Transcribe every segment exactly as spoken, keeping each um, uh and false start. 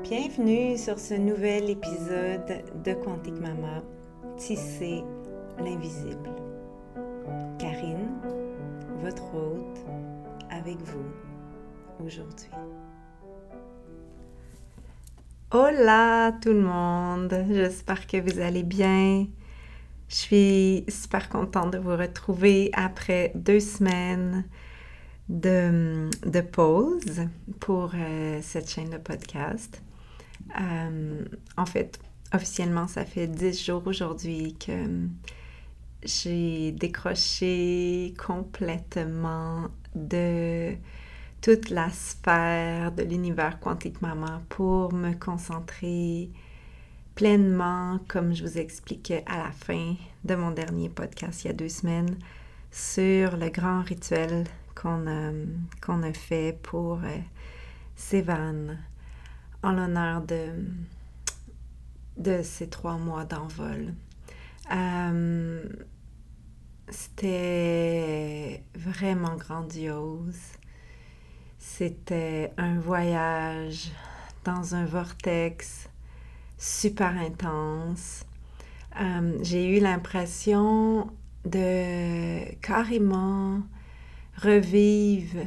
Bienvenue sur ce nouvel épisode de Quantique Mama, Tisser l'invisible. Karine, votre hôte, avec vous aujourd'hui. Hola tout le monde, j'espère que vous allez bien. Je suis super contente de vous retrouver après deux semaines de, de pause pour euh, cette chaîne de podcast. Euh, en fait, officiellement, ça fait dix jours aujourd'hui que j'ai décroché complètement de toute la sphère de l'univers Quantique Mama pour me concentrer pleinement, comme je vous expliquais à la fin de mon dernier podcast il y a deux semaines, sur le grand rituel qu'on a, qu'on a fait pour euh, Sévan en l'honneur de, de ces trois mois d'envol. Euh, c'était vraiment grandiose. C'était un voyage dans un vortex super intense. Euh, j'ai eu l'impression de carrément revivre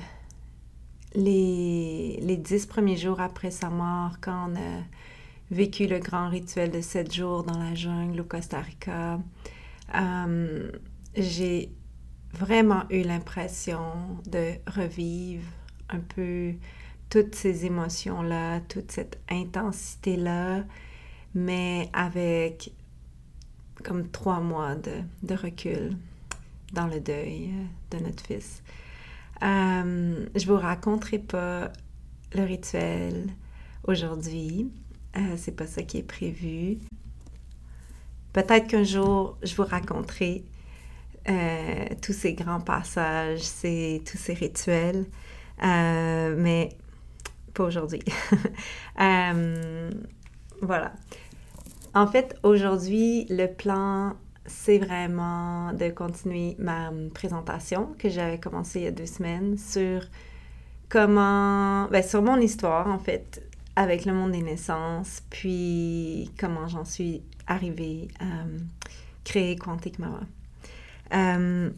les, les dix premiers jours après sa mort, quand on a vécu le grand rituel de sept jours dans la jungle au Costa Rica. Euh, j'ai vraiment eu l'impression de revivre un peu toutes ces émotions-là, toute cette intensité-là, mais avec comme trois mois de, de recul dans le deuil de notre fils. Euh, je vous raconterai pas le rituel aujourd'hui. Euh, c'est pas ça qui est prévu. Peut-être qu'un jour, je vous raconterai euh, tous ces grands passages, ces, tous ces rituels, euh, mais pas aujourd'hui. euh, voilà. En fait, aujourd'hui, le plan, c'est vraiment de continuer ma présentation que j'avais commencée il y a deux semaines sur comment, ben sur mon histoire, en fait, avec le monde des naissances, puis comment j'en suis arrivée à créer Quantique Mama. Euh,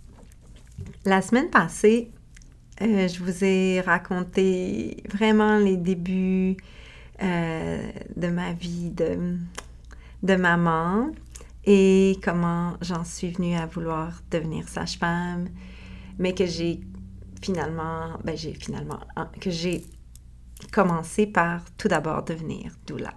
la semaine passée, euh, je vous ai raconté vraiment les débuts euh, de ma vie de, de maman et comment j'en suis venue à vouloir devenir sage-femme, mais que j'ai finalement, ben j'ai finalement, que j'ai commencé par tout d'abord devenir doula.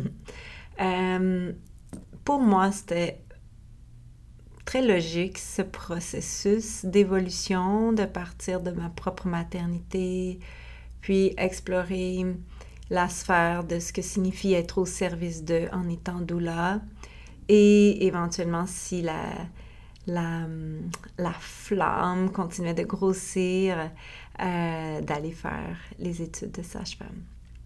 euh, pour moi, c'était très logique ce processus d'évolution, de partir de ma propre maternité, puis explorer la sphère de ce que signifie être au service d'eux en étant doula, et éventuellement, si la, la, la flamme continuait de grossir, euh, d'aller faire les études de sage-femme.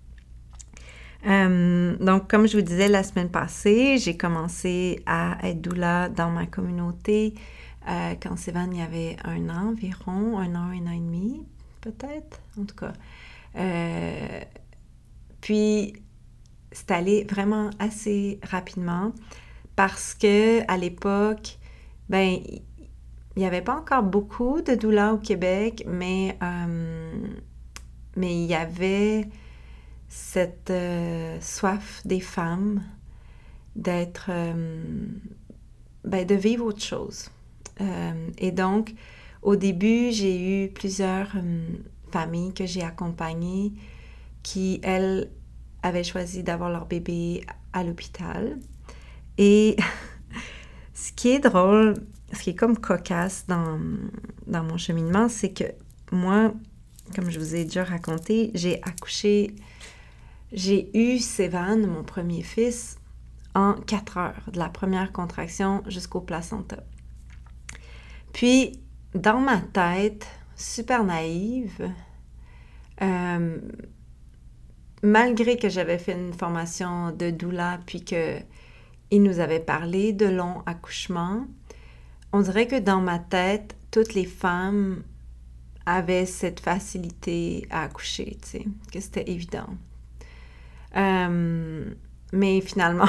Euh, donc, comme je vous disais la semaine passée, j'ai commencé à être doula dans ma communauté euh, quand Sévan il y avait un an environ, un an, un an et demi, peut-être, en tout cas. Euh, puis, c'est allé vraiment assez rapidement parce que à l'époque, ben, il n'y avait pas encore beaucoup de doulas au Québec, mais euh, mais il y avait cette euh, soif des femmes d'être, euh, ben, de vivre autre chose. Euh, et donc, au début, j'ai eu plusieurs euh, familles que j'ai accompagnées qui, elles, avaient choisi d'avoir leur bébé à l'hôpital. Et ce qui est drôle, ce qui est comme cocasse dans, dans mon cheminement, c'est que moi, comme je vous ai déjà raconté, j'ai accouché, j'ai eu Sévan, mon premier fils, en quatre heures, de la première contraction jusqu'au placenta. Puis, dans ma tête, super naïve, euh, malgré que j'avais fait une formation de doula, puis qu'il nous avait parlé de long accouchement, on dirait que dans ma tête, toutes les femmes avaient cette facilité à accoucher, tu sais, que c'était évident. Euh, mais finalement,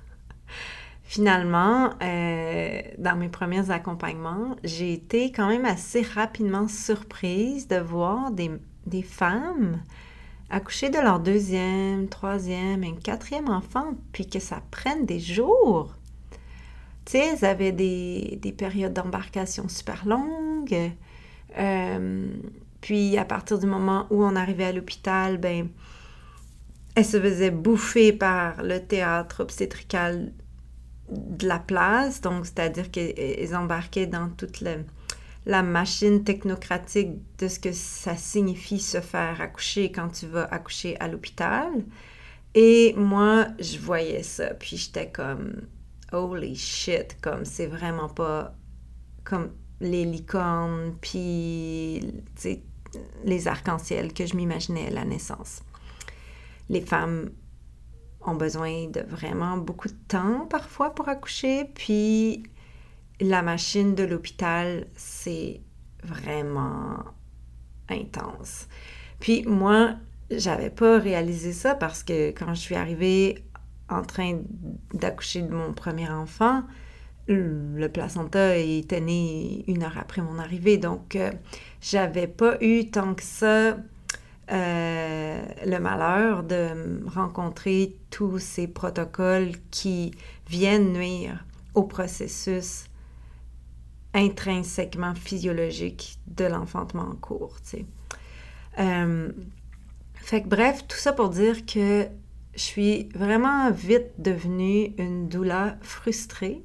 finalement, euh, dans mes premiers accompagnements, j'ai été quand même assez rapidement surprise de voir des, des femmes accoucher de leur deuxième, troisième et quatrième enfant, puis que ça prenne des jours. Tu sais, elles avaient des, des périodes d'embarcation super longues. Euh, puis, à partir du moment où on arrivait à l'hôpital, ben, elles se faisaient bouffer par le théâtre obstétrical de la place. Donc, c'est-à-dire qu'elles embarquaient dans toute la, la machine technocratique de ce que ça signifie se faire accoucher quand tu vas accoucher à l'hôpital. Et moi, je voyais ça, puis j'étais comme... Holy shit, comme c'est vraiment pas comme les licornes puis les arcs-en-ciel que je m'imaginais à la naissance. Les femmes ont besoin de vraiment beaucoup de temps parfois pour accoucher, puis la machine de l'hôpital, c'est vraiment intense. Puis moi, j'avais pas réalisé ça parce que quand je suis arrivée en train d'accoucher de mon premier enfant, le placenta était né une heure après mon arrivée, donc euh, j'avais pas eu tant que ça euh, le malheur de rencontrer tous ces protocoles qui viennent nuire au processus intrinsèquement physiologique de l'enfantement en cours, tu sais. Euh, fait que bref, tout ça pour dire que je suis vraiment vite devenue une doula frustrée.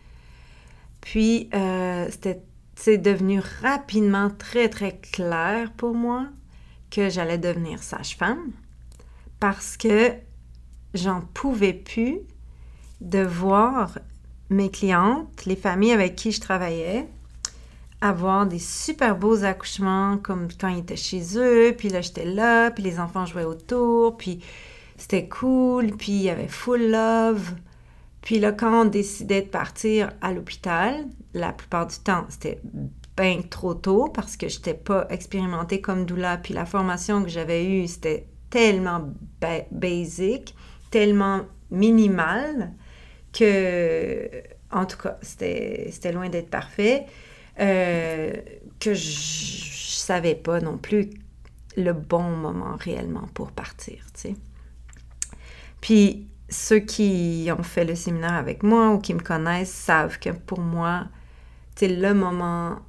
Puis, euh, c'était, c'est devenu rapidement très, très clair pour moi que j'allais devenir sage-femme parce que j'en pouvais plus de voir mes clientes, les familles avec qui je travaillais, avoir des super beaux accouchements comme quand ils étaient chez eux, puis là, j'étais là, puis les enfants jouaient autour, puis c'était cool, puis il y avait full love. Puis là, quand on décidait de partir à l'hôpital, la plupart du temps, c'était bien trop tôt parce que je n'étais pas expérimentée comme doula. Puis la formation que j'avais eue, c'était tellement ba- basic, tellement minimale que, en tout cas, c'était, c'était loin d'être parfait, euh, que je ne savais pas non plus le bon moment réellement pour partir, tu sais. Puis, ceux qui ont fait le séminaire avec moi ou qui me connaissent savent que pour moi, c'est le moment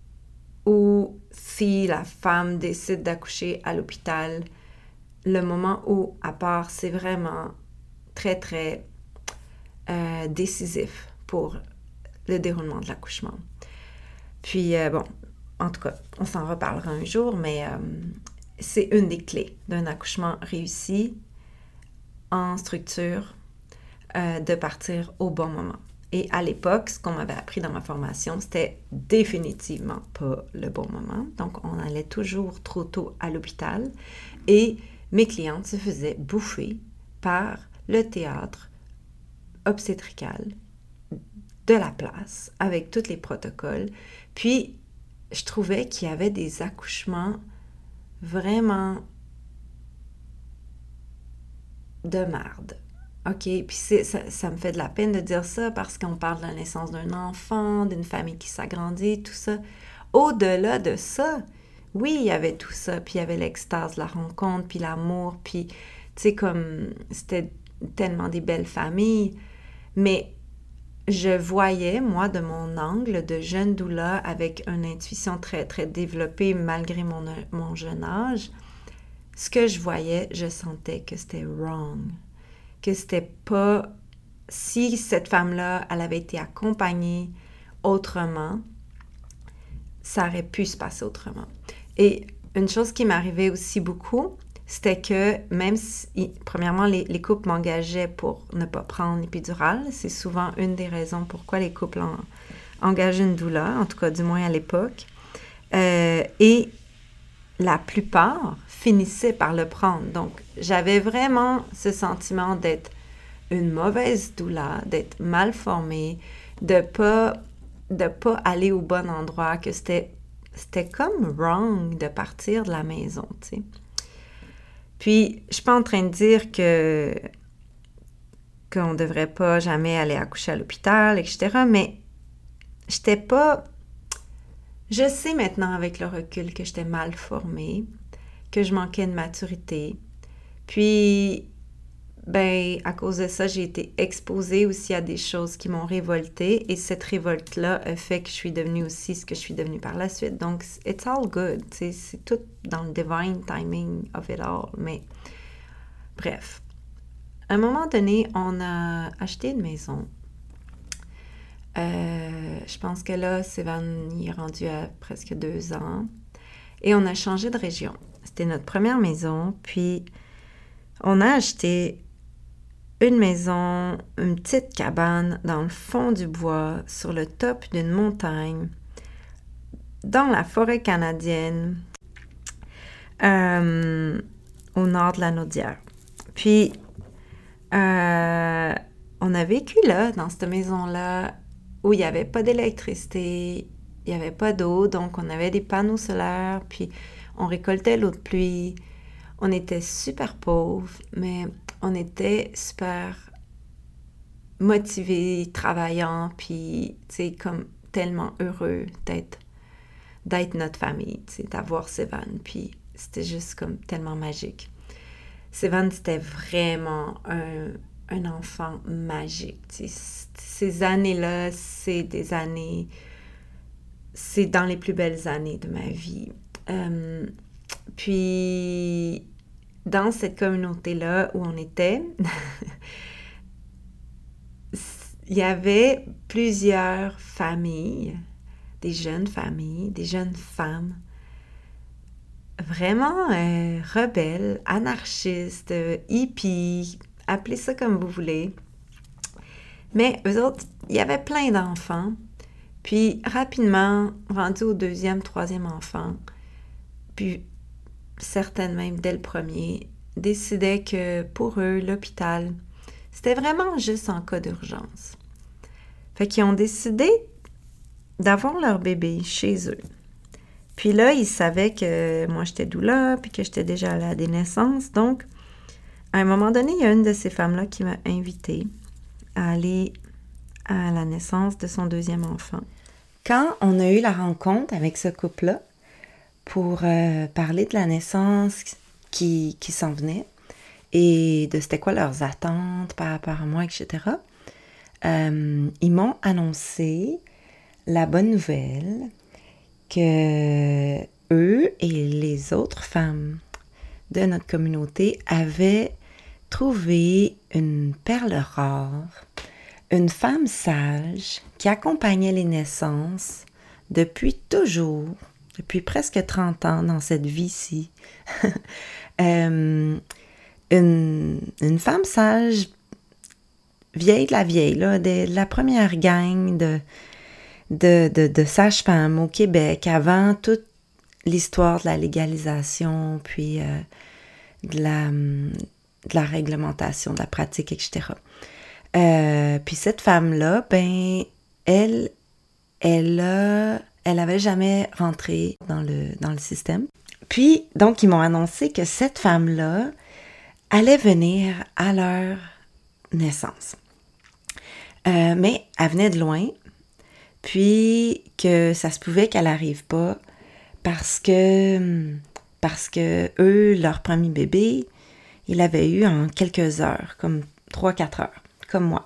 où si la femme décide d'accoucher à l'hôpital, le moment où à part, c'est vraiment très, très euh, décisif pour le déroulement de l'accouchement. Puis, euh, bon, en tout cas, on s'en reparlera un jour, mais euh, c'est une des clés d'un accouchement réussi en structure, euh, de partir au bon moment. Et à l'époque, ce qu'on m'avait appris dans ma formation, c'était définitivement pas le bon moment. Donc, on allait toujours trop tôt à l'hôpital et mes clientes se faisaient bouffer par le théâtre obstétrical de la place avec tous les protocoles. Puis, je trouvais qu'il y avait des accouchements vraiment de merde. OK, puis c'est, ça, ça me fait de la peine de dire ça parce qu'on parle de la naissance d'un enfant, d'une famille qui s'agrandit, tout ça. Au-delà de ça, oui, il y avait tout ça, puis il y avait l'extase, la rencontre, puis l'amour, puis, tu sais, comme, c'était tellement des belles familles, mais je voyais, moi, de mon angle de jeune doula avec une intuition très, très développée malgré mon, mon jeune âge, ce que je voyais, je sentais que c'était wrong, que c'était pas... Si cette femme-là, elle avait été accompagnée autrement, ça aurait pu se passer autrement. Et une chose qui m'arrivait aussi beaucoup, c'était que même si, premièrement, les, les couples m'engageaient pour ne pas prendre l'épidurale, c'est souvent une des raisons pourquoi les couples en, engagent une doula, en tout cas du moins à l'époque, euh, et la plupart finissaient par le prendre. Donc, j'avais vraiment ce sentiment d'être une mauvaise doula, d'être mal formée, de pas de pas aller au bon endroit, que c'était c'était comme wrong de partir de la maison, tu sais. Puis, je suis pas en train de dire que qu'on devrait pas jamais aller accoucher à l'hôpital, et cetera, mais j'étais pas... Je sais maintenant avec le recul que j'étais mal formée, que je manquais de maturité. Puis, ben, à cause de ça, j'ai été exposée aussi à des choses qui m'ont révoltée et cette révolte-là a fait que je suis devenue aussi ce que je suis devenue par la suite. Donc, it's all good, tu sais, c'est tout dans le divine timing of it all. Mais, bref, à un moment donné, on a acheté une maison. Euh, je pense que là, Sévan y est rendu à presque deux ans. Et on a changé de région. C'était notre première maison, puis on a acheté une maison, une petite cabane dans le fond du bois, sur le top d'une montagne, dans la forêt canadienne, euh, au nord de la Naudière. Puis, euh, on a vécu là, dans cette maison-là, où il n'y avait pas d'électricité, il n'y avait pas d'eau, donc on avait des panneaux solaires, puis on récoltait l'eau de pluie. On était super pauvres, mais on était super motivés, travaillants, puis, tu sais, comme tellement heureux d'être, d'être notre famille, tu sais, d'avoir Sévan, puis c'était juste comme tellement magique. Sévan, c'était vraiment un, un enfant magique, tu sais. Ces années-là, c'est des années... C'est dans les plus belles années de ma vie. Euh, puis, dans cette communauté-là où on était, il y avait plusieurs familles, des jeunes familles, des jeunes femmes, vraiment euh, rebelles, anarchistes, euh, hippies, appelez ça comme vous voulez. Mais eux autres, il y avait plein d'enfants. Puis, rapidement, rendu au deuxième, troisième enfant, puis certaines même dès le premier, décidaient que pour eux, l'hôpital, c'était vraiment juste en cas d'urgence. Fait qu'ils ont décidé d'avoir leur bébé chez eux. Puis là, ils savaient que moi, j'étais doula, puis que j'étais déjà allée à des naissances. Donc, à un moment donné, il y a une de ces femmes-là qui m'a invitée à aller à la naissance de son deuxième enfant. Quand on a eu la rencontre avec ce couple-là pour euh, parler de la naissance qui, qui s'en venait et de c'était quoi leurs attentes par rapport à moi, et cetera, euh, ils m'ont annoncé la bonne nouvelle que eux et les autres femmes de notre communauté avaient trouvé une perle rare, une femme sage qui accompagnait les naissances depuis toujours, depuis presque trente ans dans cette vie-ci. euh, une, une femme sage, vieille de la vieille, là, de, de la première gang de, de, de, de sages-femmes au Québec, avant toute l'histoire de la légalisation, puis euh, de, la, de la réglementation, de la pratique, et cetera. Euh, puis cette femme-là, ben, elle, elle a, elle avait jamais rentré dans le, dans le système. Puis, donc, ils m'ont annoncé que cette femme-là allait venir à leur naissance. Euh, mais elle venait de loin, puis que ça se pouvait qu'elle n'arrive pas parce que, parce que eux, leur premier bébé, ils l'avaient eu en quelques heures, comme trois quatre heures. Comme moi.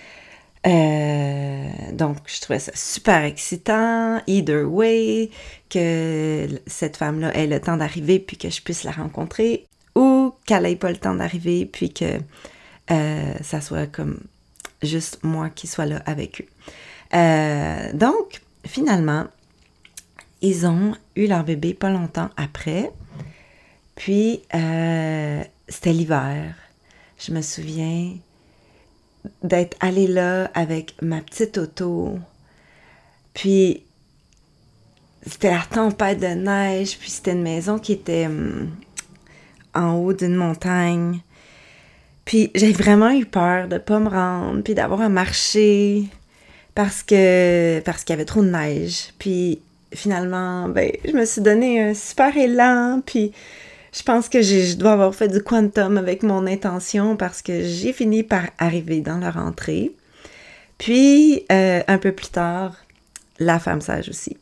Euh, donc, je trouvais ça super excitant, either way, que cette femme-là ait le temps d'arriver puis que je puisse la rencontrer, ou qu'elle n'ait pas le temps d'arriver puis que euh, ça soit comme juste moi qui soit là avec eux. Euh, donc, finalement, ils ont eu leur bébé pas longtemps après, puis euh, c'était l'hiver. Je me souviens d'être allée là avec ma petite auto, puis c'était la tempête de neige, puis c'était une maison qui était hum, en haut d'une montagne, puis j'ai vraiment eu peur de pas me rendre, puis d'avoir à marcher, parce que parce qu'il y avait trop de neige, puis finalement, ben, je me suis donné un super élan, puis Je pense que j'ai, je dois avoir fait du quantum avec mon intention parce que j'ai fini par arriver dans leur entrée. Puis, euh, un peu plus tard, la femme sage aussi.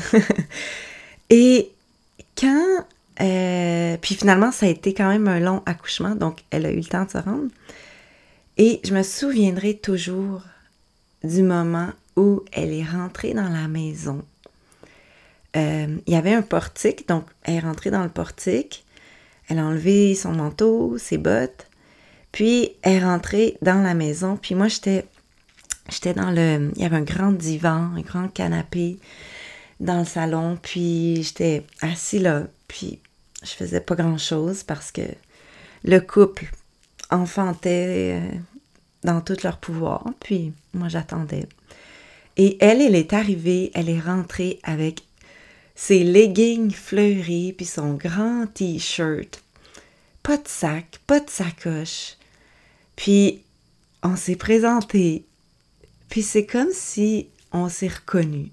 Et quand... Euh, puis finalement, ça a été quand même un long accouchement, donc elle a eu le temps de se rendre. Et je me souviendrai toujours du moment où elle est rentrée dans la maison. Euh, il y avait un portique, donc elle est rentrée dans le portique. Elle a enlevé son manteau, ses bottes. Puis elle est rentrée dans la maison. Puis moi, j'étais, j'étais dans le... Il y avait un grand divan, un grand canapé dans le salon. Puis j'étais assise là. Puis je faisais pas grand-chose parce que le couple enfantait euh, dans tout leur pouvoir. Puis moi, j'attendais. Et elle, elle est arrivée, elle est rentrée avec ses leggings fleuris puis son grand t-shirt. Pas de sac, pas de sacoche. Puis on s'est présenté. Puis c'est comme si on s'est reconnus.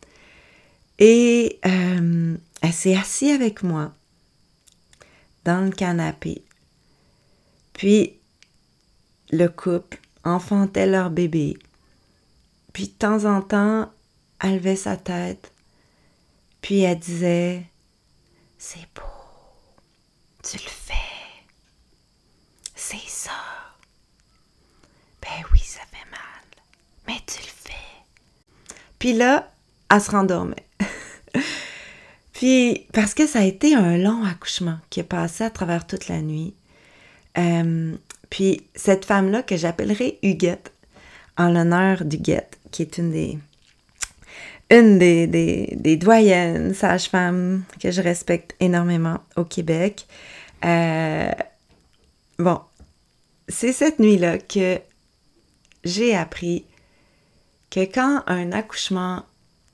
Et euh, elle s'est assise avec moi dans le canapé. Puis le couple enfantait leur bébé. Puis de temps en temps, elle levait sa tête. Puis elle disait « C'est beau, tu le fais, c'est ça. Ben oui, ça fait mal, mais tu le fais. » Puis là, elle se rendormait. Puis, parce que ça a été un long accouchement qui est passé à travers toute la nuit. Euh, puis, cette femme-là, que j'appellerai Huguette, en l'honneur d'Huguette, qui est une des... une des, des, des doyennes sages-femmes que je respecte énormément au Québec. Euh, bon, c'est cette nuit-là que j'ai appris que quand un accouchement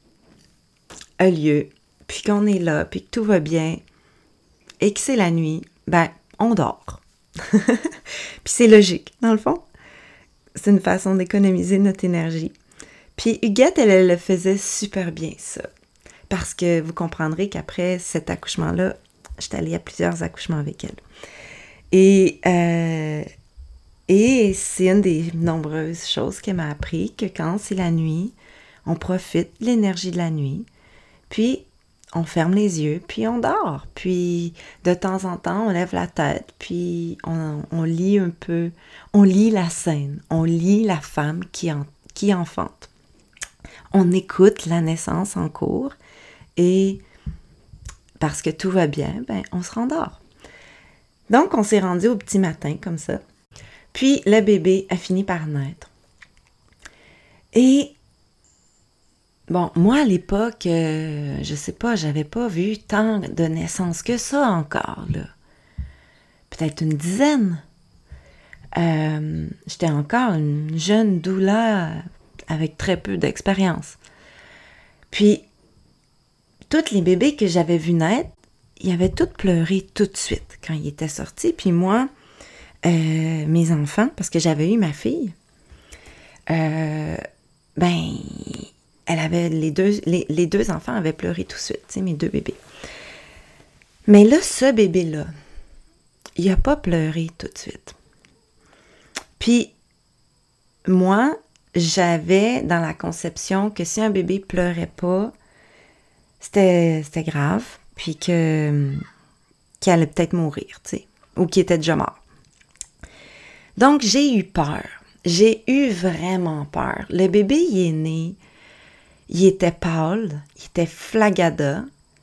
a lieu, puis qu'on est là, puis que tout va bien, et que c'est la nuit, ben, on dort. Puis c'est logique, dans le fond. C'est une façon d'économiser notre énergie. Puis Huguette, elle, elle le faisait super bien, ça. Parce que vous comprendrez qu'après cet accouchement-là, j'étais allée à plusieurs accouchements avec elle. Et, euh, et c'est une des nombreuses choses qu'elle m'a appris, que quand c'est la nuit, on profite de l'énergie de la nuit, puis on ferme les yeux, puis on dort. Puis de temps en temps, on lève la tête, puis on, on lit un peu, on lit la scène, on lit la femme qui, en, qui enfante. On écoute la naissance en cours et parce que tout va bien, ben on se rendort. Donc, on s'est rendu au petit matin comme ça. Puis, le bébé a fini par naître. Et, bon, moi, à l'époque, euh, je sais pas, j'avais pas vu tant de naissances que ça encore, là. Peut-être une dizaine. Euh, j'étais encore une jeune doula avec très peu d'expérience. Puis, tous les bébés que j'avais vus naître, ils avaient tous pleuré tout de suite quand ils étaient sortis. Puis moi, euh, mes enfants, parce que j'avais eu ma fille, euh, ben, elle avait les deux, les, les deux enfants avaient pleuré tout de suite, tu sais, mes deux bébés. Mais là, ce bébé-là, il n'a pas pleuré tout de suite. Puis, moi, j'avais dans la conception que si un bébé pleurait pas, c'était, c'était grave, puis que, qu'il allait peut-être mourir, tu sais, ou qu'il était déjà mort. Donc, j'ai eu peur. J'ai eu vraiment peur. Le bébé, il est né, il était pâle, il était flagada.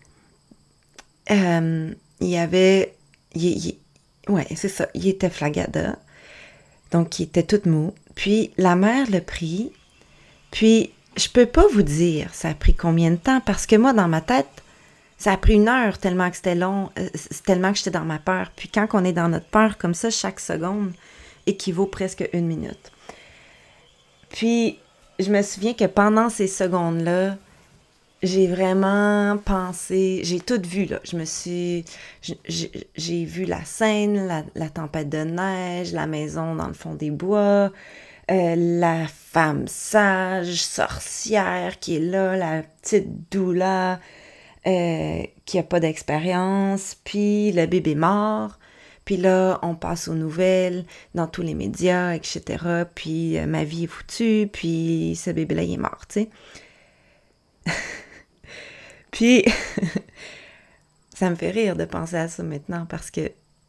Euh, il avait... Il, il, ouais, c'est ça, il était flagada. Donc, il était tout mou. Puis, la mère l'a pris. Puis, je peux pas vous dire ça a pris combien de temps, parce que moi, dans ma tête, ça a pris une heure tellement que c'était long, euh, tellement que j'étais dans ma peur. Puis, quand on est dans notre peur comme ça, chaque seconde équivaut presque une minute. Puis, je me souviens que pendant ces secondes-là, j'ai vraiment pensé, j'ai tout vu, là. Je me suis, j'ai, j'ai vu la scène, la, la tempête de neige, la maison dans le fond des bois, euh, la femme sage, sorcière qui est là, la petite doula, euh, qui n'a pas d'expérience, puis le bébé mort, puis là, on passe aux nouvelles dans tous les médias, et cetera. Puis euh, ma vie est foutue, puis ce bébé-là, il est mort, tu sais. Puis, ça me fait rire de penser à ça maintenant parce que, tu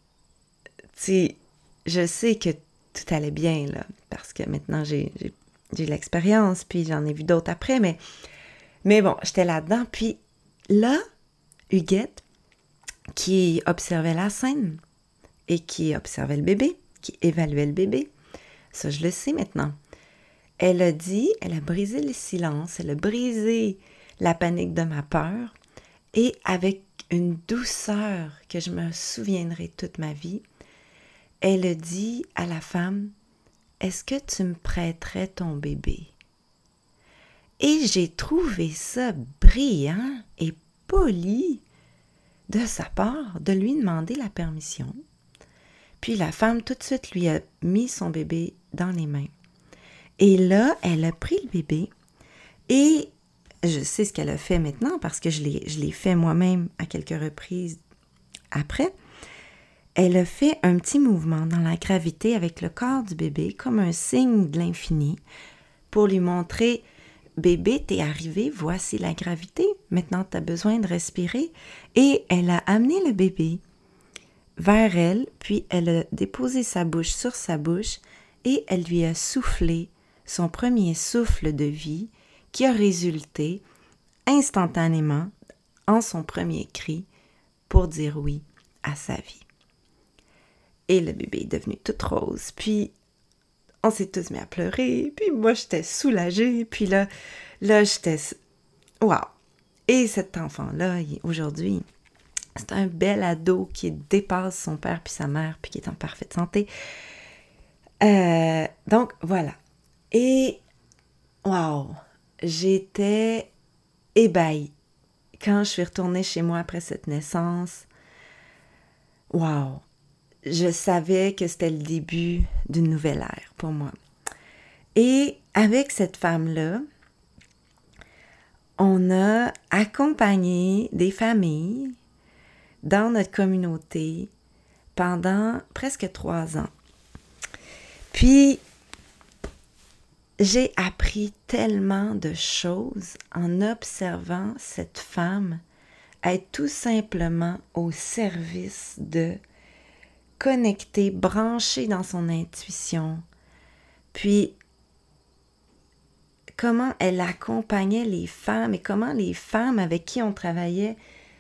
sais, je sais que tout allait bien, là, parce que maintenant, j'ai, j'ai, j'ai l'expérience, puis j'en ai vu d'autres après, mais, mais bon, j'étais là-dedans. Puis là, Huguette, qui observait la scène et qui observait le bébé, qui évaluait le bébé, ça, je le sais maintenant. Elle a dit, elle a brisé le silence, elle a brisé la panique de ma peur et avec une douceur que je me souviendrai toute ma vie, elle a dit à la femme, « Est-ce que tu me prêterais ton bébé? » Et j'ai trouvé ça brillant et poli de sa part de lui demander la permission. Puis la femme tout de suite lui a mis son bébé dans les mains. Et là, elle a pris le bébé et je sais ce qu'elle a fait maintenant parce que je l'ai, je l'ai fait moi-même à quelques reprises après. Elle a fait un petit mouvement dans la gravité avec le corps du bébé comme un signe de l'infini pour lui montrer « Bébé, t'es arrivé, voici la gravité, maintenant t'as besoin de respirer. » Et elle a amené le bébé vers elle, puis elle a déposé sa bouche sur sa bouche et elle lui a soufflé son premier souffle de vie qui a résulté instantanément en son premier cri pour dire oui à sa vie. Et le bébé est devenu tout rose, puis on s'est tous mis à pleurer, puis moi j'étais soulagée, puis là, là j'étais... Wow! Et cet enfant-là, il, aujourd'hui, c'est un bel ado qui dépasse son père puis sa mère, puis qui est en parfaite santé. Euh, donc, voilà. Et, wow! J'étais ébahie. Quand je suis retournée chez moi après cette naissance, wow! Je savais que c'était le début d'une nouvelle ère pour moi. Et avec cette femme-là, on a accompagné des familles dans notre communauté pendant presque trois ans. Puis, j'ai appris tellement de choses en observant cette femme être tout simplement au service de connectée, branchée dans son intuition. Puis, comment elle accompagnait les femmes et comment les femmes avec qui on travaillait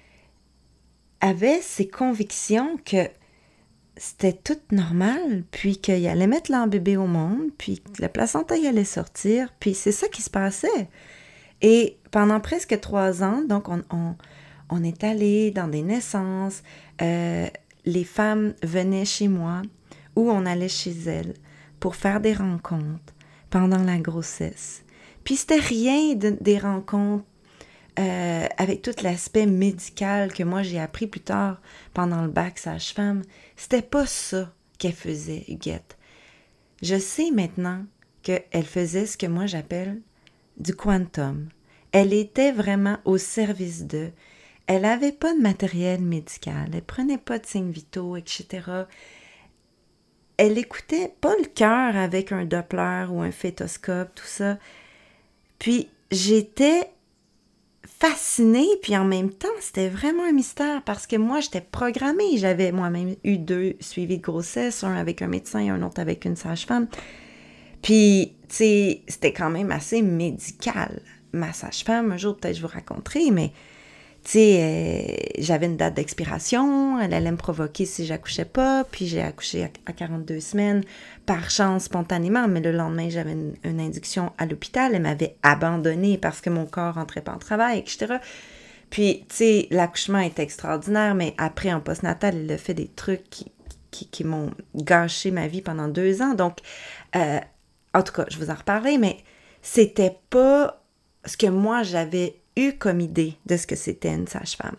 avaient ces convictions que c'était tout normal, puis qu'il allait mettre leur bébé au monde, puis que le placenta y allait sortir, puis c'est ça qui se passait. Et pendant presque trois ans, donc on, on, on est allé dans des naissances, euh, les femmes venaient chez moi ou on allait chez elles pour faire des rencontres pendant la grossesse. Puis c'était rien de, des rencontres euh, avec tout l'aspect médical que moi j'ai appris plus tard pendant le bac sage-femme. C'était pas ça qu'elle faisait, Huguette. Je sais maintenant qu'elle faisait ce que moi j'appelle du quantum. Elle était vraiment au service d'eux. Elle n'avait pas de matériel médical, elle prenait pas de signes vitaux, et cetera. Elle écoutait pas le cœur avec un Doppler ou un fétoscope, tout ça. Puis j'étais fascinée, puis en même temps, c'était vraiment un mystère parce que moi, j'étais programmée. J'avais moi-même eu deux suivis de grossesse, un avec un médecin et un autre avec une sage-femme. Puis, tu sais, c'était quand même assez médical. Ma sage-femme, un jour, peut-être je vous raconterai, mais tu sais, euh, j'avais une date d'expiration, elle allait me provoquer si j'accouchais pas, puis j'ai accouché à quarante-deux semaines, par chance, spontanément, mais le lendemain, j'avais une, une induction à l'hôpital, elle m'avait abandonnée parce que mon corps rentrait pas en travail, et cetera. Puis, tu sais, l'accouchement était extraordinaire, mais après, en postnatal, elle a fait des trucs qui, qui, qui m'ont gâché ma vie pendant deux ans, donc, euh, en tout cas, je vous en reparlerai, mais c'était pas ce que moi, j'avais eu comme idée de ce que c'était une sage-femme.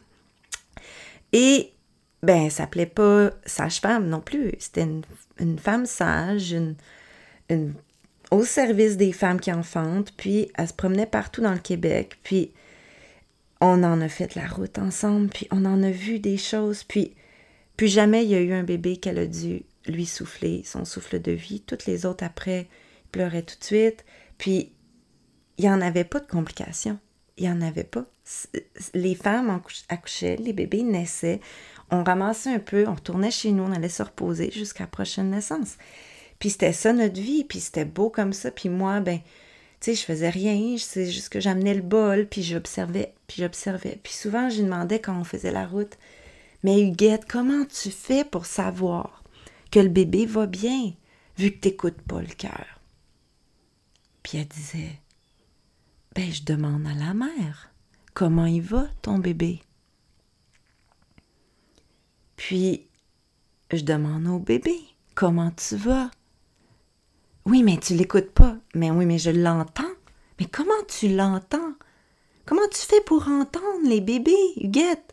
Et, ben, ça s'appelait pas sage-femme non plus. C'était une, une femme sage, une, une, au service des femmes qui enfantent, puis elle se promenait partout dans le Québec. Puis, on en a fait la route ensemble, puis on en a vu des choses, puis, puis jamais il y a eu un bébé qu'elle a dû lui souffler son souffle de vie. Toutes les autres, après, pleuraient tout de suite, puis il n'y en avait pas de complications. Il n'y en avait pas. Les femmes accouchaient, les bébés naissaient, on ramassait un peu, on retournait chez nous, on allait se reposer jusqu'à la prochaine naissance. Puis c'était ça notre vie, puis c'était beau comme ça, puis moi, ben, tu sais, je faisais rien, c'est juste que j'amenais le bol, puis j'observais, puis j'observais. Puis souvent, je lui demandais quand on faisait la route, « Mais Huguette, comment tu fais pour savoir que le bébé va bien, vu que t'écoutes pas le cœur? » Puis elle disait, « Ben, je demande à la mère, comment il va, ton bébé? » Puis, je demande au bébé, « Comment tu vas? » Oui, mais tu l'écoutes pas. Mais oui, mais je l'entends. Mais comment tu l'entends? Comment tu fais pour entendre les bébés, Huguette?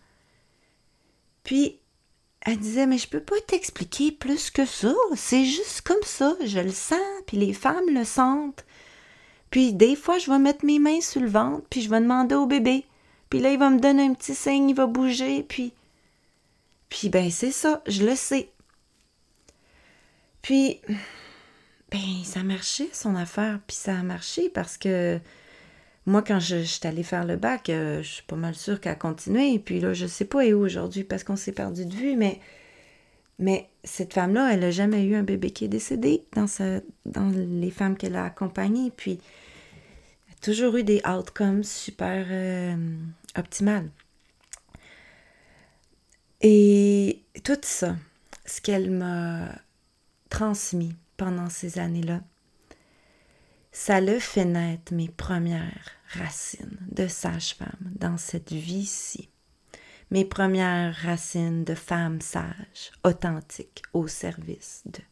Puis, elle disait, mais je peux pas t'expliquer plus que ça. C'est juste comme ça. Je le sens, puis les femmes le sentent. Puis, des fois, je vais mettre mes mains sur le ventre, puis je vais demander au bébé. Puis là, il va me donner un petit signe, il va bouger, puis... Puis, ben, c'est ça, je le sais. Puis... Ben, ça marchait, son affaire. Puis ça a marché parce que moi, quand je, je suis allée faire le bac, euh, je suis pas mal sûre qu'elle a continué. Et puis là, je sais pas où aujourd'hui parce qu'on s'est perdu de vue, mais, mais cette femme-là, elle a jamais eu un bébé qui est décédé dans, sa, dans les femmes qu'elle a accompagnées. Puis, elle a toujours eu des outcomes super euh, optimales. Et tout ça, ce qu'elle m'a transmis pendant ces années-là, ça l'a fait naître mes premières racines de sage-femme dans cette vie-ci. Mes premières racines de femme sage, authentique, au service de.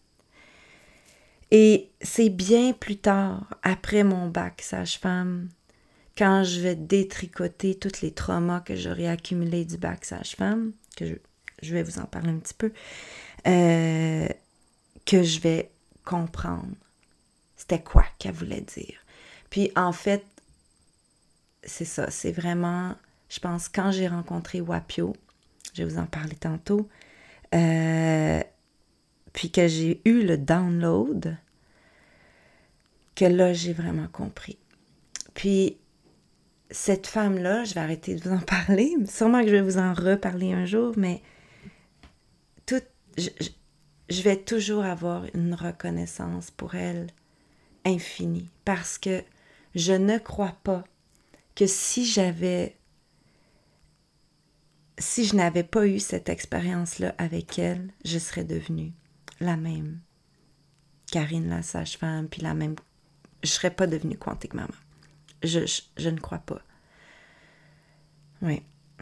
Et c'est bien plus tard, après mon bac sage-femme, quand je vais détricoter tous les traumas que j'aurais accumulés du bac sage-femme, que je, je vais vous en parler un petit peu, euh, que je vais comprendre c'était quoi qu'elle voulait dire. Puis en fait, c'est ça, c'est vraiment, je pense, quand j'ai rencontré Wapio, je vais vous en parler tantôt, euh, puis que j'ai eu le download, que là, j'ai vraiment compris. Puis cette femme-là, je vais arrêter de vous en parler, sûrement que je vais vous en reparler un jour, mais tout, je, je, je vais toujours avoir une reconnaissance pour elle infinie, parce que je ne crois pas que si j'avais, si je n'avais pas eu cette expérience-là avec elle, je serais devenue la même Karine la sage-femme, puis la même, je serais pas devenue Quantique Maman. Je, je, je ne crois pas. Oui.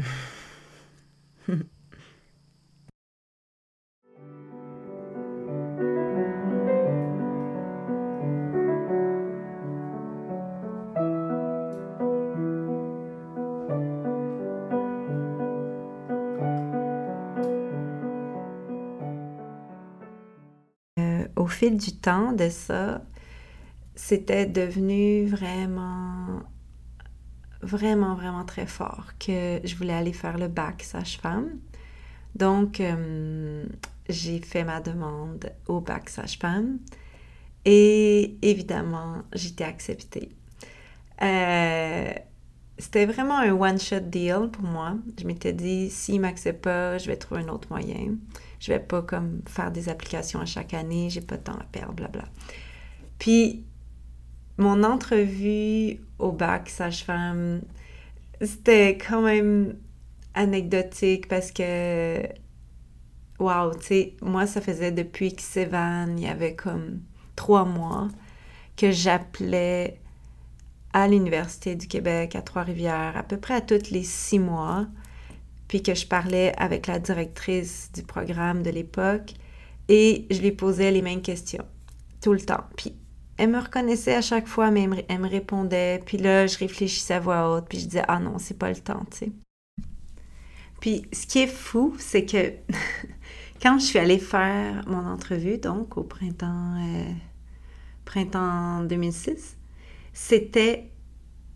Au fil du temps de ça, c'était devenu vraiment, vraiment, vraiment très fort que je voulais aller faire le bac sage-femme. Donc, euh, j'ai fait ma demande au bac sage-femme et évidemment, j'ai été acceptée. Euh, c'était vraiment un one-shot deal pour moi. Je m'étais dit, s'il ne m'accepte pas, je vais trouver un autre moyen. Je vais pas comme faire des applications à chaque année, j'ai pas de temps à perdre, blabla. Puis, mon entrevue au bac sage-femme, c'était quand même anecdotique parce que, wow, tu sais, moi, ça faisait depuis que Sévan, il y avait comme trois mois, que j'appelais à l'Université du Québec, à Trois-Rivières, à peu près à tous les six mois, puis que je parlais avec la directrice du programme de l'époque et je lui posais les mêmes questions, tout le temps. Puis elle me reconnaissait à chaque fois, mais elle me, elle me répondait, puis là, je réfléchissais à voix haute, puis je disais « Ah non, c'est pas le temps, tu sais. » Puis ce qui est fou, c'est que quand je suis allée faire mon entrevue, donc au printemps, euh, printemps deux mille six, c'était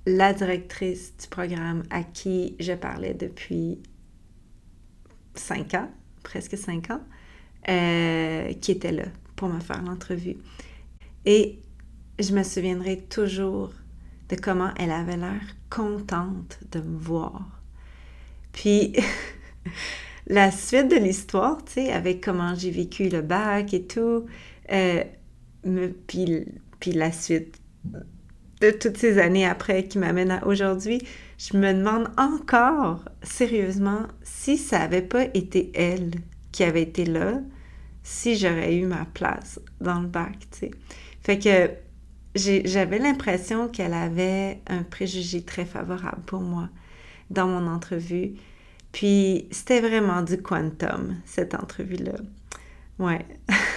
la directrice du programme à qui je parlais depuis cinq ans, presque cinq ans, euh, qui était là pour me faire l'entrevue. Et je me souviendrai toujours de comment elle avait l'air contente de me voir. Puis, la suite de l'histoire, tu sais, avec comment j'ai vécu le bac et tout, euh, me, puis, puis la suite de toutes ces années après qui m'amène à aujourd'hui, je me demande encore, sérieusement, si ça n'avait pas été elle qui avait été là, si j'aurais eu ma place dans le bac, tu sais. Fait que j'ai, j'avais l'impression qu'elle avait un préjugé très favorable pour moi dans mon entrevue. Puis c'était vraiment du quantum, cette entrevue-là. Ouais.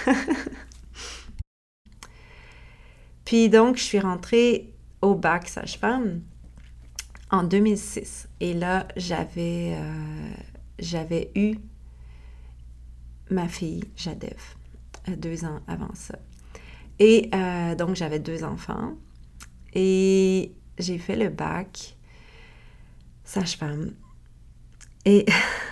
Puis donc, je suis rentrée au bac sage-femme en deux mille six. Et là, j'avais, euh, j'avais eu ma fille, Jadève, deux ans avant ça. Et euh, donc, j'avais deux enfants. Et j'ai fait le bac sage-femme. Et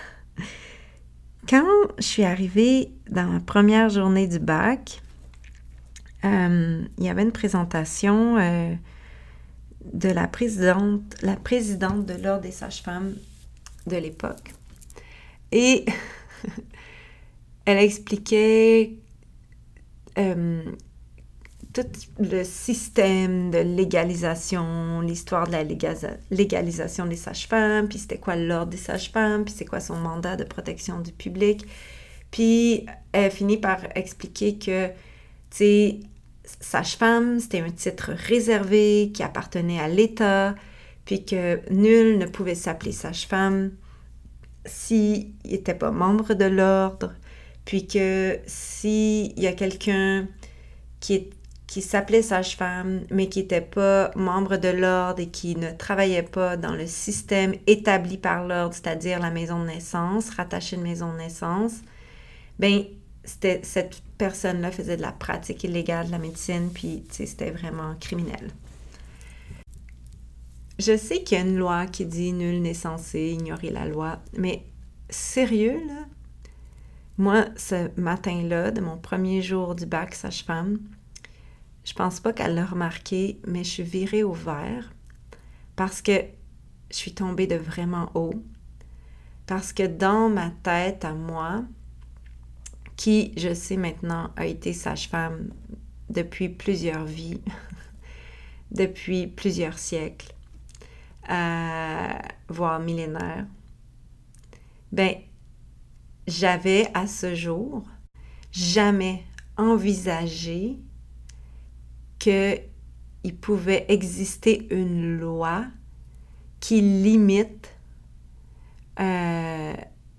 quand je suis arrivée dans la première journée du bac, euh, il y avait une présentation euh, de la présidente, la présidente de l'Ordre des sages-femmes de l'époque. Et elle expliquait euh, tout le système de légalisation, l'histoire de la légasa- légalisation des sages-femmes, puis c'était quoi l'Ordre des sages-femmes, puis c'est quoi son mandat de protection du public. Puis elle finit par expliquer que, tu sais, sage-femme, c'était un titre réservé qui appartenait à l'État, puis que nul ne pouvait s'appeler sage-femme s'il n'était pas membre de l'ordre, puis que s'il y a quelqu'un qui, est, qui s'appelait sage-femme, mais qui n'était pas membre de l'ordre et qui ne travaillait pas dans le système établi par l'ordre, c'est-à-dire la maison de naissance, rattachée à une maison de naissance, bien, c'était, cette personne-là faisait de la pratique illégale de la médecine, puis c'était vraiment criminel. Je sais qu'il y a une loi qui dit « nul n'est censé ignorer la loi », mais sérieux, là? Moi, ce matin-là, de mon premier jour du bac sage-femme, je pense pas qu'elle l'a remarqué, mais je suis virée au vert parce que je suis tombée de vraiment haut, parce que dans ma tête à moi, qui, je sais maintenant, a été sage-femme depuis plusieurs vies, depuis plusieurs siècles, euh, voire millénaires, ben, j'avais à ce jour jamais envisagé qu'il pouvait exister une loi qui limite euh,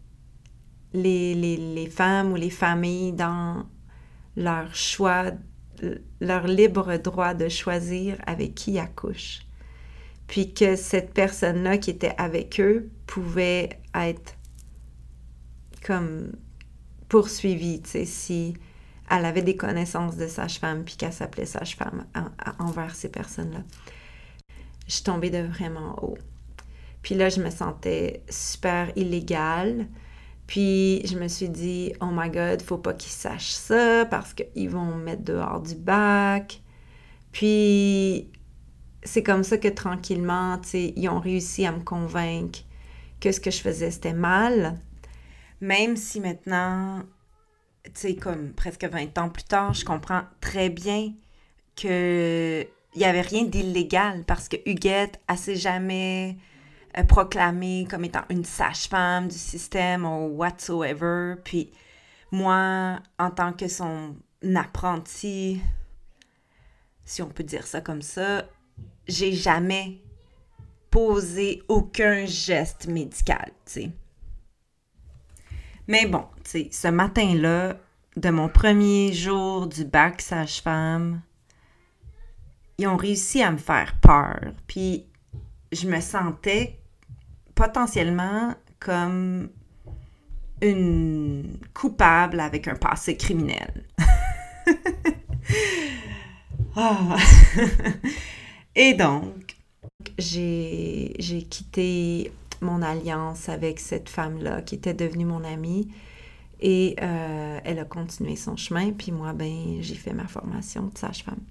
Les, les, les femmes ou les familles dans leur choix, leur libre droit de choisir avec qui ils accouchent. Puis que cette personne-là qui était avec eux pouvait être comme poursuivie, tu sais, si elle avait des connaissances de sage-femme puis qu'elle s'appelait sage-femme en, en, envers ces personnes-là. Je suis tombée de vraiment haut. Puis là, je me sentais super illégale. Puis je me suis dit, oh my God, faut pas qu'ils sachent ça parce qu'ils vont me mettre dehors du bac. Puis c'est comme ça que tranquillement, tu sais, ils ont réussi à me convaincre que ce que je faisais, c'était mal. Même si maintenant, tu sais, comme presque vingt ans plus tard, je comprends très bien qu'il n'y avait rien d'illégal parce que Huguette, elle s'est jamais proclamée comme étant une sage-femme du système ou whatsoever. Puis moi, en tant que son apprenti, si on peut dire ça comme ça, j'ai jamais posé aucun geste médical, tu sais. Mais bon, tu sais, ce matin-là, de mon premier jour du bac sage-femme, ils ont réussi à me faire peur. Puis je me sentais potentiellement comme une coupable avec un passé criminel. Ah. Et donc, j'ai, j'ai quitté mon alliance avec cette femme-là qui était devenue mon amie et euh, elle a continué son chemin, puis moi, ben, j'ai fait ma formation de sage-femme.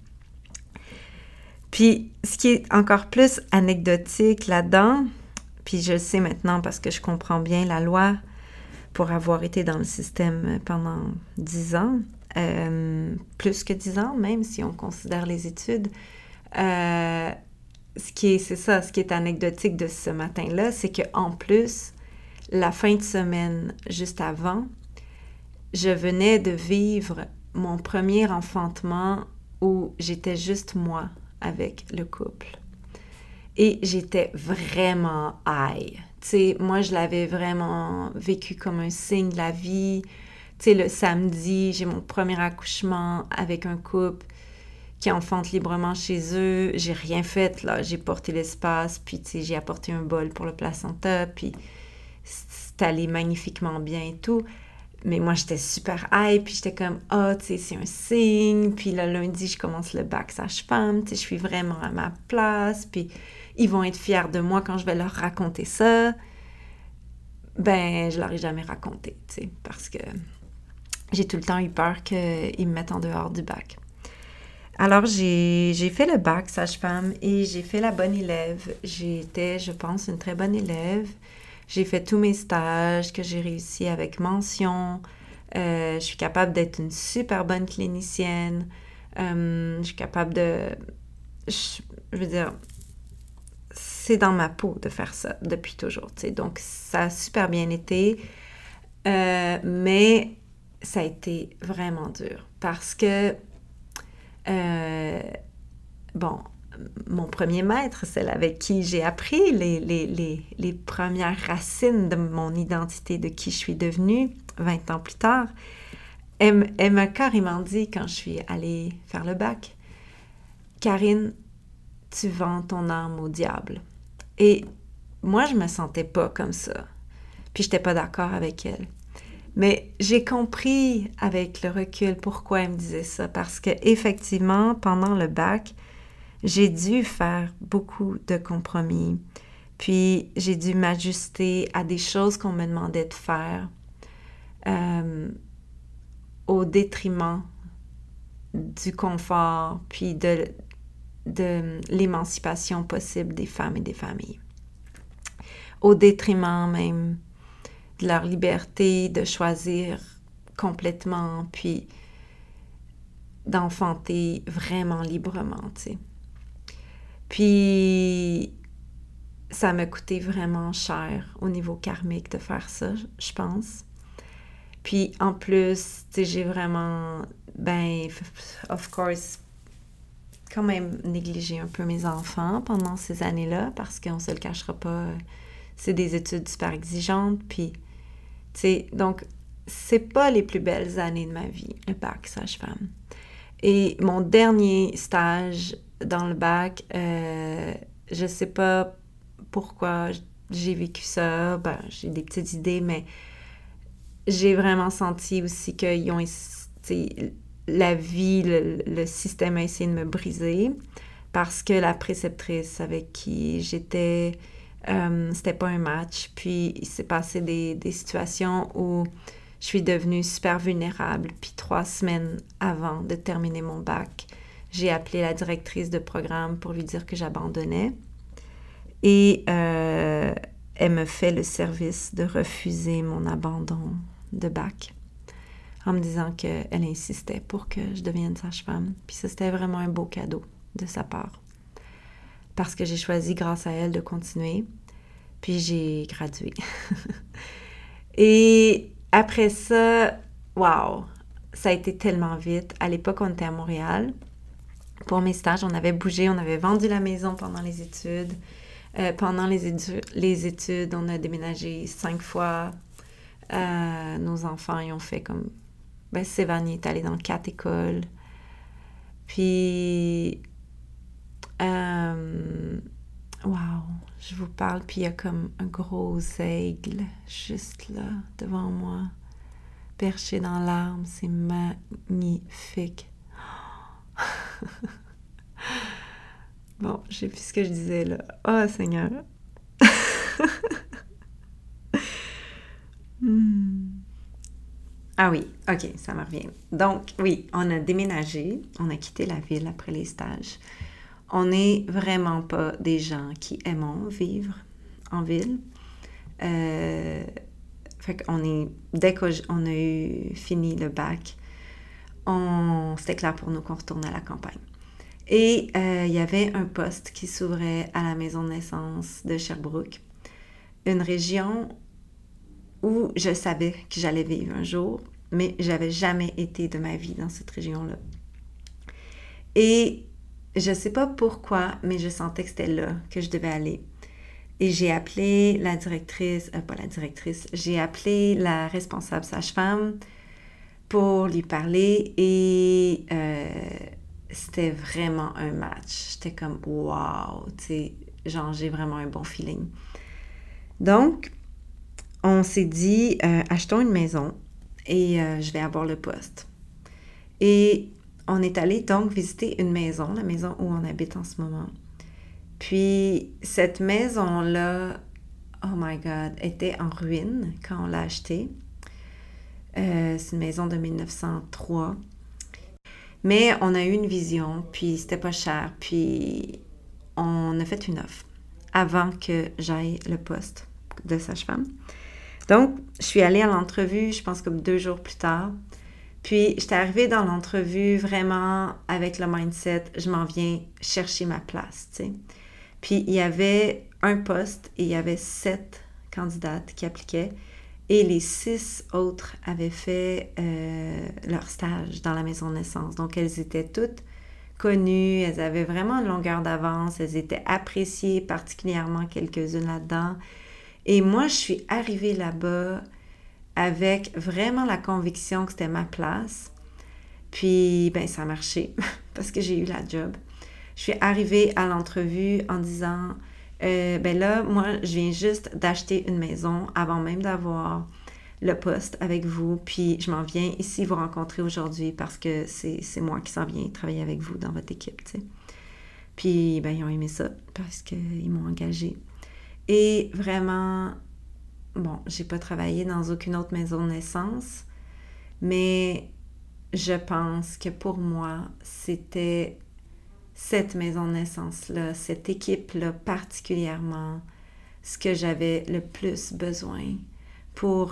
Puis, ce qui est encore plus anecdotique là-dedans, puis je le sais maintenant parce que je comprends bien la loi pour avoir été dans le système pendant dix ans, euh, plus que dix ans même si on considère les études. Euh, ce qui est, c'est ça, ce qui est anecdotique de ce matin-là, c'est qu'en plus, la fin de semaine juste avant, je venais de vivre mon premier enfantement où j'étais juste moi avec le couple. Et j'étais vraiment high. Tu sais, moi, je l'avais vraiment vécu comme un signe de la vie. Tu sais, le samedi, j'ai mon premier accouchement avec un couple qui enfante librement chez eux. J'ai rien fait, là. J'ai porté l'espace, puis tu sais, j'ai apporté un bol pour le placenta, puis c'est allé magnifiquement bien et tout. Mais moi, j'étais super high, puis j'étais comme, ah, oh, tu sais, c'est un signe. Puis le lundi, je commence le bac sage-femme, tu sais, je suis vraiment à ma place, puis ils vont être fiers de moi quand je vais leur raconter ça. Ben, je leur ai jamais raconté, tu sais, parce que j'ai tout le temps eu peur qu'ils me mettent en dehors du bac. Alors, j'ai, j'ai fait le bac sage-femme et j'ai fait la bonne élève. J'étais, je pense, une très bonne élève. J'ai fait tous mes stages que j'ai réussi avec mention. Euh, je suis capable d'être une super bonne clinicienne. Euh, je suis capable de... Je, je veux dire, c'est dans ma peau de faire ça depuis toujours, tu sais. Donc, ça a super bien été. Euh, mais ça a été vraiment dur parce que, euh, bon... Mon premier maître, celle avec qui j'ai appris les, les, les, les premières racines de mon identité, de qui je suis devenue vingt ans plus tard, elle, elle m'a carrément dit quand je suis allée faire le bac, « Karine, tu vends ton âme au diable. » Et moi, je me sentais pas comme ça. Puis j'étais pas d'accord avec elle. Mais j'ai compris avec le recul pourquoi elle me disait ça. Parce que effectivement, pendant le bac, j'ai dû faire beaucoup de compromis, puis j'ai dû m'ajuster à des choses qu'on me demandait de faire euh, au détriment du confort, puis de, de l'émancipation possible des femmes et des familles. Au détriment même de leur liberté de choisir complètement, puis d'enfanter vraiment librement, tu sais. Puis, ça m'a coûté vraiment cher au niveau karmique de faire ça, je pense. Puis, en plus, tu sais, j'ai vraiment, ben, of course, quand même négligé un peu mes enfants pendant ces années-là, parce qu'on se le cachera pas, c'est des études super exigeantes, puis, tu sais, donc, c'est pas les plus belles années de ma vie, le bac sage-femme. Et mon dernier stage dans le bac, euh, je sais pas pourquoi j'ai vécu ça, ben, j'ai des petites idées, mais j'ai vraiment senti aussi qu'ils ont, t'sais, la vie, le, le système a essayé de me briser, parce que la préceptrice avec qui j'étais, euh, c'était pas un match, puis il s'est passé des, des situations où je suis devenue super vulnérable, puis trois semaines avant de terminer mon bac, j'ai appelé la directrice de programme pour lui dire que j'abandonnais. Et euh, elle me fait le service de refuser mon abandon de bac en me disant qu'elle insistait pour que je devienne sage-femme. Puis ça, c'était vraiment un beau cadeau de sa part. Parce que j'ai choisi, grâce à elle, de continuer. Puis j'ai gradué. Et après ça, wow, ça a été tellement vite. À l'époque, on était à Montréal. Pour mes stages, on avait bougé, on avait vendu la maison pendant les études. Euh, pendant les, édu- les études, on a déménagé cinq fois. Euh, nos enfants, ils ont fait comme... Ben, Sévanie est allé dans quatre écoles. Puis... Euh, wow, je vous parle, puis il y a comme un gros aigle juste là, devant moi, perché dans l'arbre. C'est magnifique. Bon, je sais plus ce que je disais là. Oh Seigneur! Hmm. Ah oui, ok, ça me revient. Donc, oui, on a déménagé, on a quitté la ville après les stages. On n'est vraiment pas des gens qui aimons vivre en ville. Euh, fait qu'on est, dès qu'on a eu fini le bac, on, c'était clair pour nous qu'on retournait à la campagne. Et euh, il y avait un poste qui s'ouvrait à la maison de naissance de Sherbrooke, une région où je savais que j'allais vivre un jour, mais j'avais jamais été de ma vie dans cette région-là. Et je sais pas pourquoi, mais je sentais que c'était là que je devais aller. Et j'ai appelé la directrice, euh, pas la directrice, j'ai appelé la responsable sage-femme pour lui parler et euh, c'était vraiment un match. J'étais comme, wow, tu sais, genre j'ai vraiment un bon feeling. Donc, on s'est dit, euh, achetons une maison et euh, je vais avoir le poste. Et on est allé donc visiter une maison, la maison où on habite en ce moment. Puis cette maison-là, oh my God, était en ruine quand on l'a achetée. Euh, c'est une maison de mille neuf cent trois. Mais on a eu une vision, puis c'était pas cher, puis on a fait une offre avant que j'aille le poste de sage-femme. Donc, je suis allée à l'entrevue, je pense comme deux jours plus tard. Puis, j'étais arrivée dans l'entrevue vraiment avec le mindset, je m'en viens chercher ma place, tu sais. Puis, il y avait un poste et il y avait sept candidates qui appliquaient et les six autres avaient fait euh, leur stage dans la maison de naissance. Donc, elles étaient toutes connues, elles avaient vraiment une longueur d'avance, elles étaient appréciées, particulièrement quelques-unes là-dedans. Et moi, je suis arrivée là-bas avec vraiment la conviction que c'était ma place. Puis, ben, ça a marché parce que j'ai eu la job. Je suis arrivée à l'entrevue en disant, euh, ben là, moi, je viens juste d'acheter une maison avant même d'avoir le poste avec vous. Puis, je m'en viens ici vous rencontrer aujourd'hui parce que c'est, c'est moi qui s'en viens travailler avec vous dans votre équipe, tu sais. Puis, ben, ils ont aimé ça parce qu'ils m'ont engagée. Et vraiment, bon, j'ai pas travaillé dans aucune autre maison de naissance, mais je pense que pour moi, c'était cette maison de naissance-là, cette équipe-là particulièrement, ce que j'avais le plus besoin pour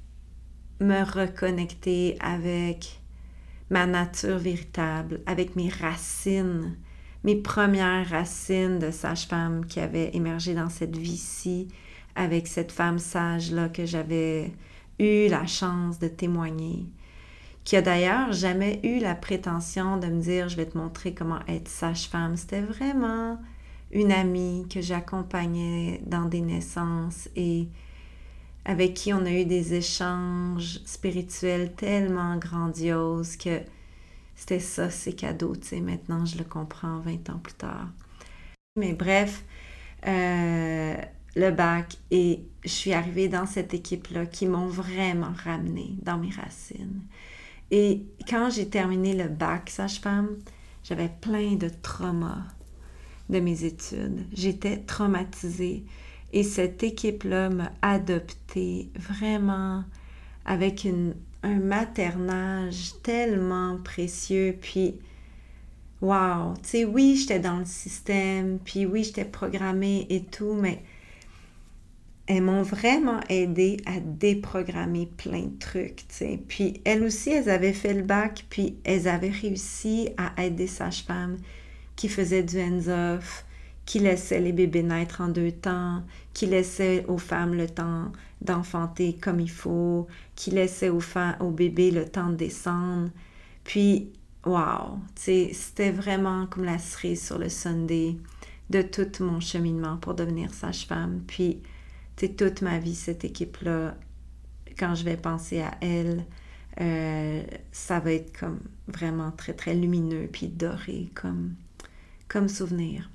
me reconnecter avec ma nature véritable, avec mes racines, mes premières racines de sage-femme qui avaient émergé dans cette vie-ci, avec cette femme sage-là que j'avais eu la chance de témoigner, qui a d'ailleurs jamais eu la prétention de me dire « je vais te montrer comment être sage-femme ». C'était vraiment une amie que j'accompagnais dans des naissances et avec qui on a eu des échanges spirituels tellement grandioses que c'était ça, ces cadeaux, tu sais, maintenant je le comprends vingt ans plus tard. Mais bref, euh, le bac et je suis arrivée dans cette équipe-là qui m'ont vraiment ramenée dans mes racines. Et quand j'ai terminé le bac sage-femme, j'avais plein de traumas de mes études. J'étais traumatisée et cette équipe-là m'a adoptée vraiment avec une, un maternage tellement précieux. Puis, wow, tu sais, oui, j'étais dans le système, puis oui, j'étais programmée et tout, mais elles m'ont vraiment aidé à déprogrammer plein de trucs, tu sais. Puis elles aussi, elles avaient fait le bac, puis elles avaient réussi à être des sages-femmes qui faisaient du hands-off, qui laissaient les bébés naître en deux temps, qui laissaient aux femmes le temps d'enfanter comme il faut, qui laissaient aux, femmes, aux bébés le temps de descendre. Puis, wow, tu sais, c'était vraiment comme la cerise sur le sundae de tout mon cheminement pour devenir sage-femme. Puis, c'est toute ma vie, cette équipe-là, quand je vais penser à elle, euh, ça va être comme vraiment très, très lumineux puis doré comme, comme souvenir.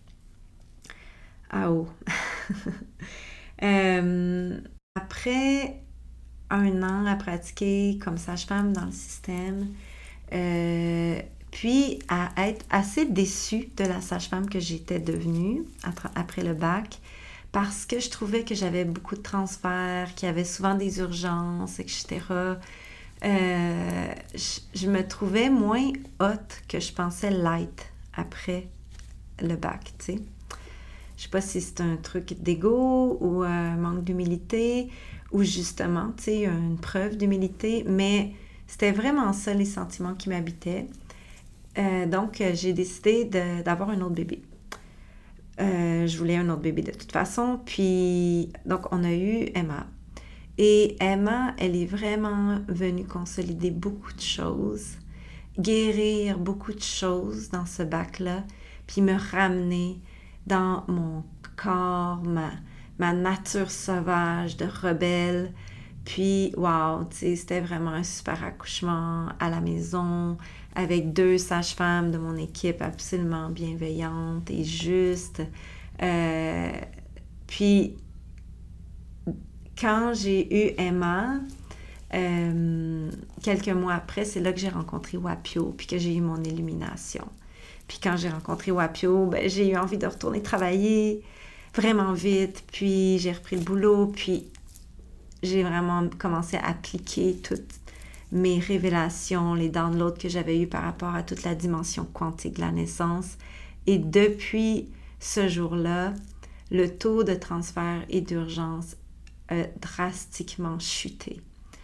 Ah oh! euh, après un an à pratiquer comme sage-femme dans le système, euh, puis à être assez déçue de la sage-femme que j'étais devenue après le bac, parce que je trouvais que j'avais beaucoup de transferts, qu'il y avait souvent des urgences, et cetera. Euh, je, je me trouvais moins haute que je pensais l'être après le bac, tu sais. Je sais pas si c'est un truc d'ego ou un manque d'humilité ou justement, tu sais, une preuve d'humilité, mais c'était vraiment ça les sentiments qui m'habitaient. Euh, donc, j'ai décidé de, d'avoir un autre bébé. Euh, je voulais un autre bébé de toute façon, puis donc on a eu Emma. Et Emma, elle est vraiment venue consolider beaucoup de choses, guérir beaucoup de choses dans ce bac-là, puis me ramener dans mon corps, ma, ma nature sauvage de rebelle. Puis, wow, tu sais, c'était vraiment un super accouchement à la maison, avec deux sages-femmes de mon équipe absolument bienveillantes et justes. Euh, puis, quand j'ai eu Emma, euh, quelques mois après, c'est là que j'ai rencontré Wapio, puis que j'ai eu mon illumination. Puis quand j'ai rencontré Wapio, ben, j'ai eu envie de retourner travailler vraiment vite, puis j'ai repris le boulot, puis j'ai vraiment commencé à appliquer toutes mes révélations, les downloads que j'avais eus par rapport à toute la dimension quantique de la naissance. Et depuis ce jour-là, le taux de transfert et d'urgence a drastiquement chuté.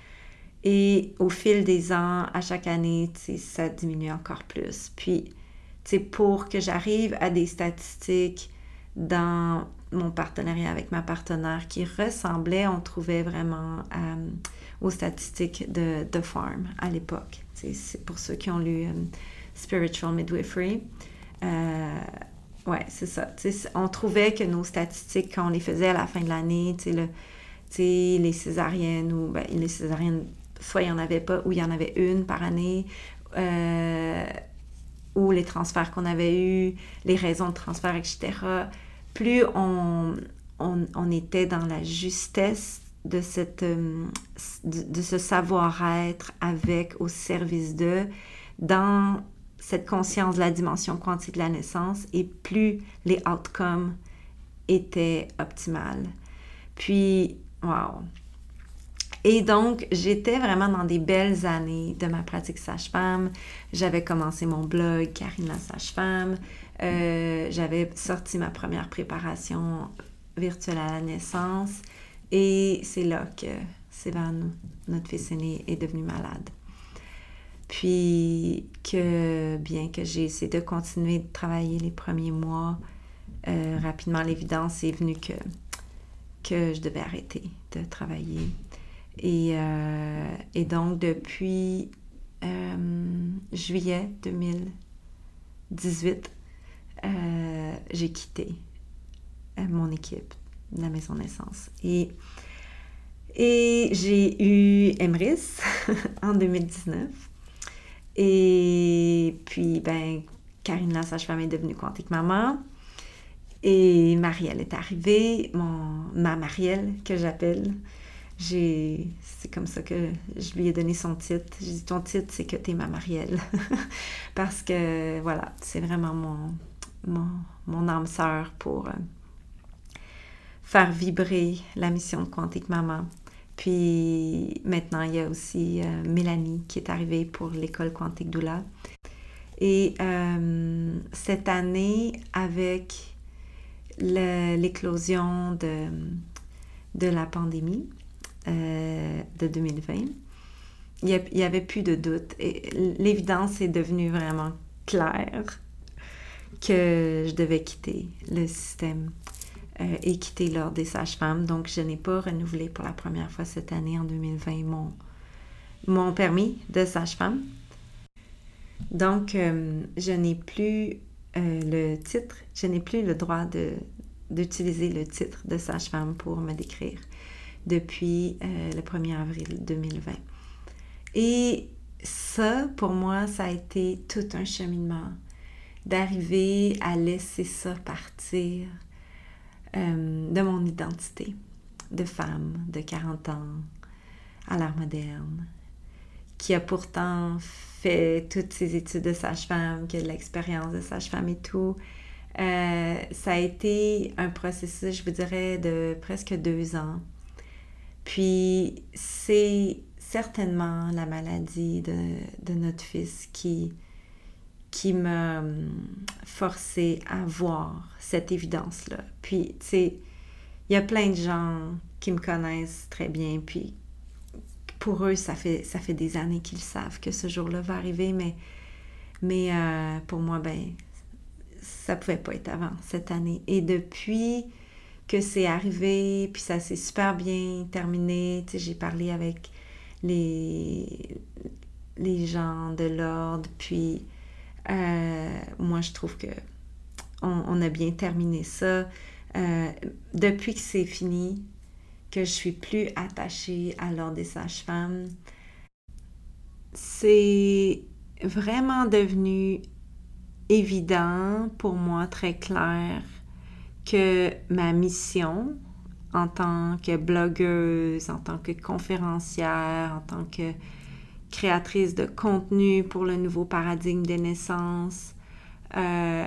Et au fil des ans, à chaque année, ça diminue encore plus. Puis, pour que j'arrive à des statistiques dans mon partenariat avec ma partenaire qui ressemblaient, on trouvait vraiment euh, aux statistiques de The Farm à l'époque. C'est pour ceux qui ont lu um, Spiritual Midwifery. Euh, ouais, c'est ça. T'sais, on trouvait que nos statistiques, quand on les faisait à la fin de l'année, le, les césariennes, ou ben, les césariennes, soit il n'y en avait pas, ou il y en avait une par année, euh, ou les transferts qu'on avait eus, les raisons de transfert, et cetera, plus on, on, on était dans la justesse de, cette, de, de ce savoir-être avec, au service de, dans cette conscience de la dimension quantique de la naissance, et plus les outcomes étaient optimales. Puis, wow! Et donc, j'étais vraiment dans des belles années de ma pratique sage-femme. J'avais commencé mon blog, Karine la sage-femme. Euh, j'avais sorti ma première préparation virtuelle à la naissance. Et c'est là que Sévan, notre fils aîné, est devenu malade. Puis, que bien que j'ai essayé de continuer de travailler les premiers mois, euh, rapidement, l'évidence est venue que, que je devais arrêter de travailler. Et, euh, et donc, depuis euh, juillet deux mille dix-huit, euh, j'ai quitté euh, mon équipe de la maison de naissance. Et, et j'ai eu Emrys en deux mille dix-neuf. Et puis, ben, Karine la sage-femme est devenue Quantique Maman. Et Marielle est arrivée, mon, ma Marielle que j'appelle. J'ai, c'est comme ça que je lui ai donné son titre. J'ai dit, ton titre, c'est que t'es ma Marielle. Parce que, voilà, c'est vraiment mon, mon, mon âme sœur pour euh, faire vibrer la mission de Quantique Maman. Puis maintenant, il y a aussi euh, Mélanie qui est arrivée pour l'école Quantique Doula. Et euh, cette année, avec le, l'éclosion de, de la pandémie, Euh, de deux mille vingt, il n'y avait plus de doute. Et l'évidence est devenue vraiment claire que je devais quitter le système euh, et quitter l'ordre des sages-femmes. Donc, je n'ai pas renouvelé pour la première fois cette année, en deux mille vingt, mon, mon permis de sage-femme. Donc, euh, je n'ai plus euh, le titre, je n'ai plus le droit de, d'utiliser le titre de sage-femme pour me décrire depuis euh, le premier avril deux mille vingt. Et ça, pour moi, ça a été tout un cheminement d'arriver à laisser ça partir euh, de mon identité de femme de quarante ans à l'ère moderne qui a pourtant fait toutes ses études de sage-femme, qui a de l'expérience de sage-femme et tout. Euh, ça a été un processus, je vous dirais, de presque deux ans. Puis, c'est certainement la maladie de, de notre fils qui, qui m'a forcé à voir cette évidence-là. Puis, tu sais, il y a plein de gens qui me connaissent très bien, puis pour eux, ça fait, ça fait des années qu'ils savent que ce jour-là va arriver, mais, mais euh, pour moi, ben, ça pouvait pas être avant cette année. Et depuis que c'est arrivé, puis ça s'est super bien terminé, tu sais, j'ai parlé avec les, les gens de l'ordre, puis euh, moi, je trouve que on, on a bien terminé ça. Euh, depuis que c'est fini, que je suis plus attachée à l'ordre des sages-femmes, c'est vraiment devenu évident pour moi, très clair, que ma mission en tant que blogueuse, en tant que conférencière, en tant que créatrice de contenu pour le nouveau paradigme des naissances, euh,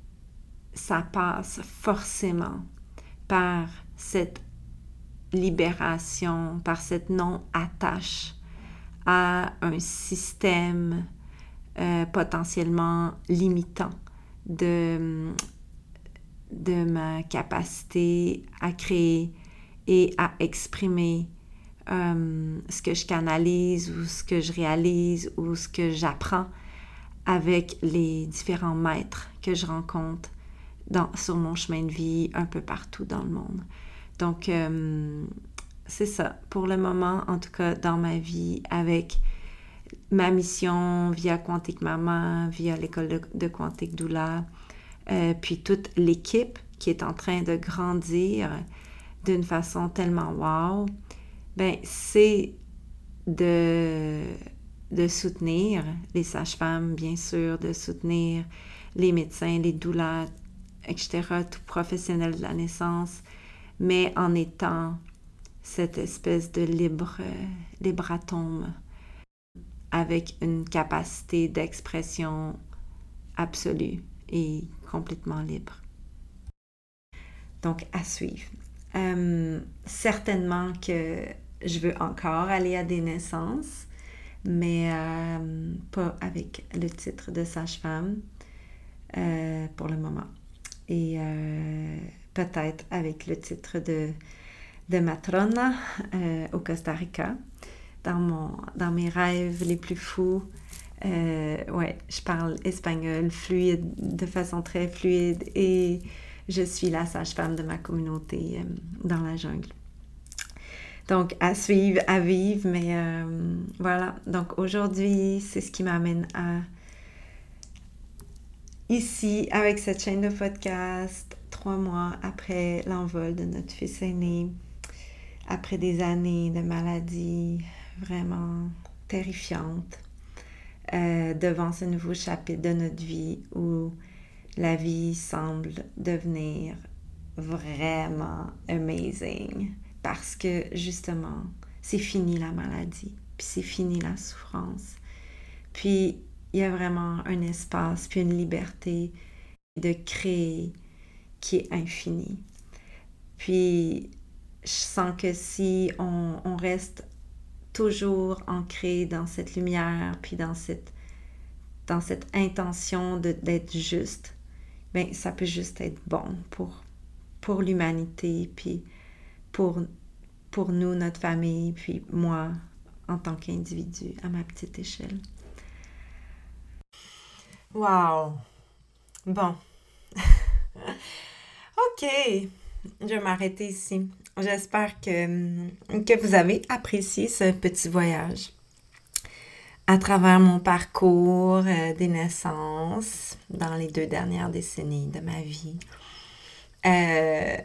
ça passe forcément par cette libération, par cette non-attache à un système euh, potentiellement limitant de, de ma capacité à créer et à exprimer euh, ce que je canalise ou ce que je réalise ou ce que j'apprends avec les différents maîtres que je rencontre dans, sur mon chemin de vie un peu partout dans le monde. Donc, euh, c'est ça. Pour le moment, en tout cas, dans ma vie, avec ma mission via Quantique Maman, via l'école de, de Quantique Doula, euh, puis toute l'équipe qui est en train de grandir d'une façon tellement wow, ben c'est de, de soutenir les sages-femmes, bien sûr, de soutenir les médecins, les doulas, et cetera, tout professionnel de la naissance, mais en étant cette espèce de libre, libre atome avec une capacité d'expression absolue et complètement libre. Donc, à suivre. Euh, certainement que je veux encore aller à des naissances, mais euh, pas avec le titre de sage-femme euh, pour le moment. Et euh, peut-être avec le titre de, de matrona euh, au Costa Rica. Dans, mon, dans mes rêves les plus fous, euh, ouais, je parle espagnol fluide, de façon très fluide, et je suis la sage-femme de ma communauté euh, dans la jungle. Donc, à suivre, à vivre, mais euh, voilà. Donc, aujourd'hui, c'est ce qui m'amène à ici, avec cette chaîne de podcast, trois mois après l'envol de notre fils aîné, après des années de maladie vraiment terrifiantes, euh, devant ce nouveau chapitre de notre vie où la vie semble devenir vraiment amazing parce que justement, c'est fini la maladie, puis c'est fini la souffrance. Puis, il y a vraiment un espace, puis une liberté de créer qui est infinie. Puis, je sens que si on, on reste toujours ancré dans cette lumière, puis dans cette, dans cette intention de, d'être juste, bien, ça peut juste être bon pour, pour l'humanité, puis pour, pour nous, notre famille, puis moi, en tant qu'individu, à ma petite échelle. Wow! Bon. OK. Je vais m'arrêter ici. J'espère que, que vous avez apprécié ce petit voyage à travers mon parcours euh, des naissances dans les deux dernières décennies de ma vie. Euh,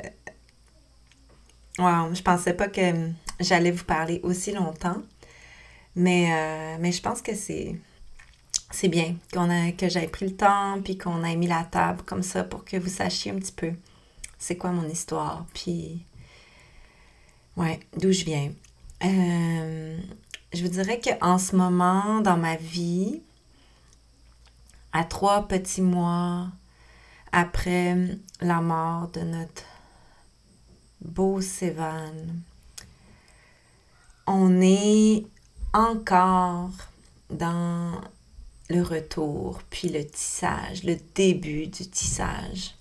wow, je pensais pas que j'allais vous parler aussi longtemps, mais, euh, mais je pense que c'est, c'est bien qu'on a, que j'aie pris le temps puis qu'on ait mis la table comme ça pour que vous sachiez un petit peu c'est quoi mon histoire, puis ouais, d'où je viens. Euh, je vous dirais qu'en ce moment, dans ma vie, à trois petits mois après la mort de notre beau Sévan, on est encore dans le retour, puis le tissage, le début du tissage,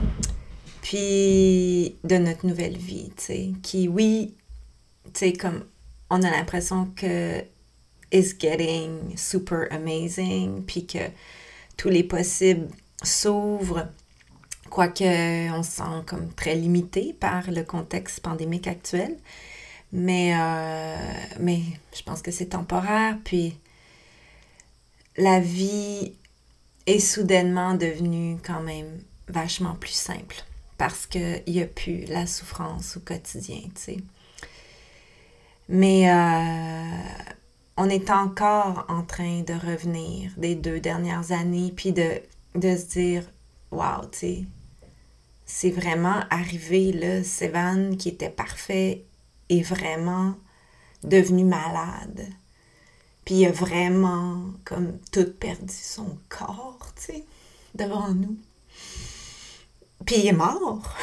puis de notre nouvelle vie, tu sais, qui, oui, tu sais, comme on a l'impression que is getting super amazing, puis que tous les possibles s'ouvrent, quoique on se sent comme très limité par le contexte pandémique actuel. Mais, euh, mais je pense que c'est temporaire, puis la vie est soudainement devenue quand même vachement plus simple parce qu'il n'y a plus la souffrance au quotidien, tu sais. Mais euh, on est encore en train de revenir des deux dernières années, puis de, de se dire, wow, tu sais, c'est vraiment arrivé, là, Sévan qui était parfait est vraiment devenu malade. Puis il a vraiment comme tout perdu son corps, tu sais, devant nous. Puis il est mort.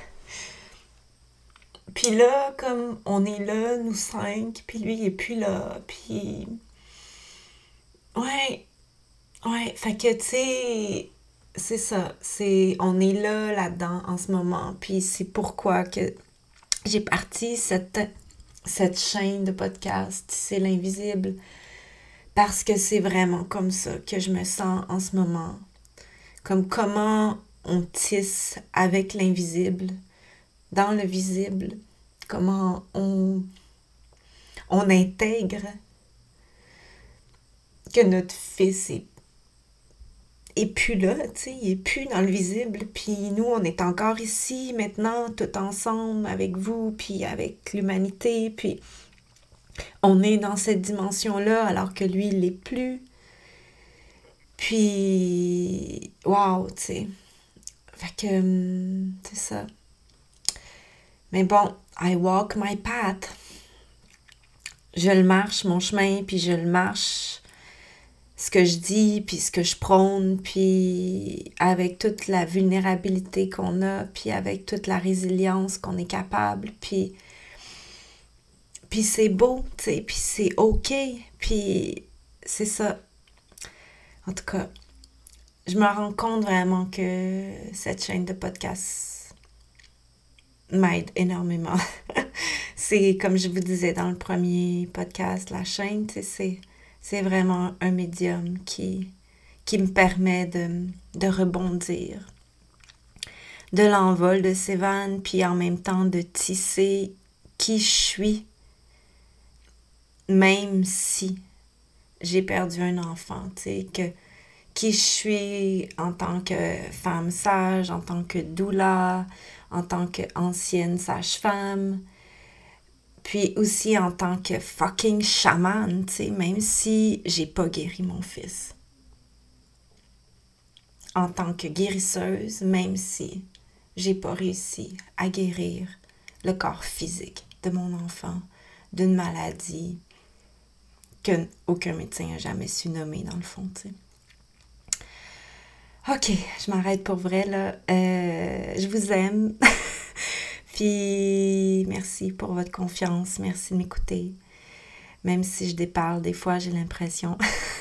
Puis là, comme on est là, nous cinq, puis lui, il est plus là, puis... Ouais, ouais, fait que, tu sais, c'est ça, c'est... On est là, là-dedans, en ce moment, puis c'est pourquoi que j'ai parti cette, cette chaîne de podcast, c'est l'invisible, parce que c'est vraiment comme ça que je me sens en ce moment. Comme comment on tisse avec l'invisible, dans le visible, comment on, on intègre que notre fils est, est plus là, tu sais, il est plus dans le visible, puis nous, on est encore ici, maintenant, tout ensemble, avec vous, puis avec l'humanité, puis on est dans cette dimension-là, alors que lui, il l'est plus. Puis, wow, tu sais. Fait que, c'est ça. Mais bon, I walk my path. Je le marche, mon chemin, puis je le marche, ce que je dis, puis ce que je prône, puis avec toute la vulnérabilité qu'on a, puis avec toute la résilience qu'on est capable, puis, puis c'est beau, tu sais, puis c'est OK, puis c'est ça. En tout cas, je me rends compte vraiment que cette chaîne de podcast m'aide énormément. C'est comme je vous disais dans le premier podcast, la chaîne, tu sais, c'est, c'est vraiment un médium qui, qui me permet de, de rebondir de l'envol de Sévan, puis en même temps de tisser qui je suis, même si j'ai perdu un enfant, tu sais, que qui je suis en tant que femme sage, en tant que doula, en tant qu'ancienne sage-femme, puis aussi en tant que fucking chamane, tu sais, même si j'ai pas guéri mon fils. En tant que guérisseuse, même si j'ai pas réussi à guérir le corps physique de mon enfant d'une maladie qu'aucun médecin n'a jamais su nommer dans le fond, tu sais. Ok, je m'arrête pour vrai, là. Euh, je vous aime. Puis, merci pour votre confiance. Merci de m'écouter. Même si je déparle, des fois, j'ai l'impression.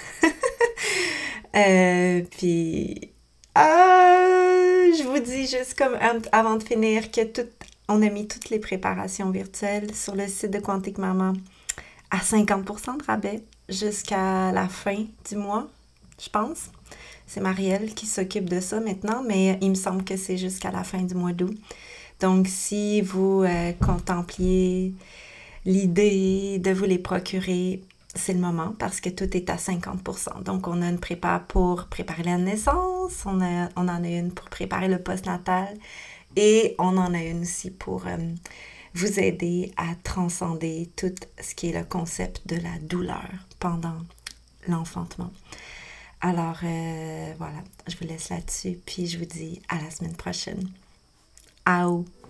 euh, puis, euh, je vous dis juste comme avant de finir que tout, on a mis toutes les préparations virtuelles sur le site de Quantique Maman à cinquante pour cent de rabais jusqu'à la fin du mois, je pense. C'est Marielle qui s'occupe de ça maintenant, mais il me semble que c'est jusqu'à la fin du mois d'août. Donc, si vous euh, contempliez l'idée de vous les procurer, c'est le moment parce que tout est à cinquante pour cent. Donc, on a une prépa pour préparer la naissance, on, a, on en a une pour préparer le postnatal et on en a une aussi pour euh, vous aider à transcender tout ce qui est le concept de la douleur pendant l'enfantement. Alors, euh, voilà, je vous laisse là-dessus, puis je vous dis à la semaine prochaine. Au!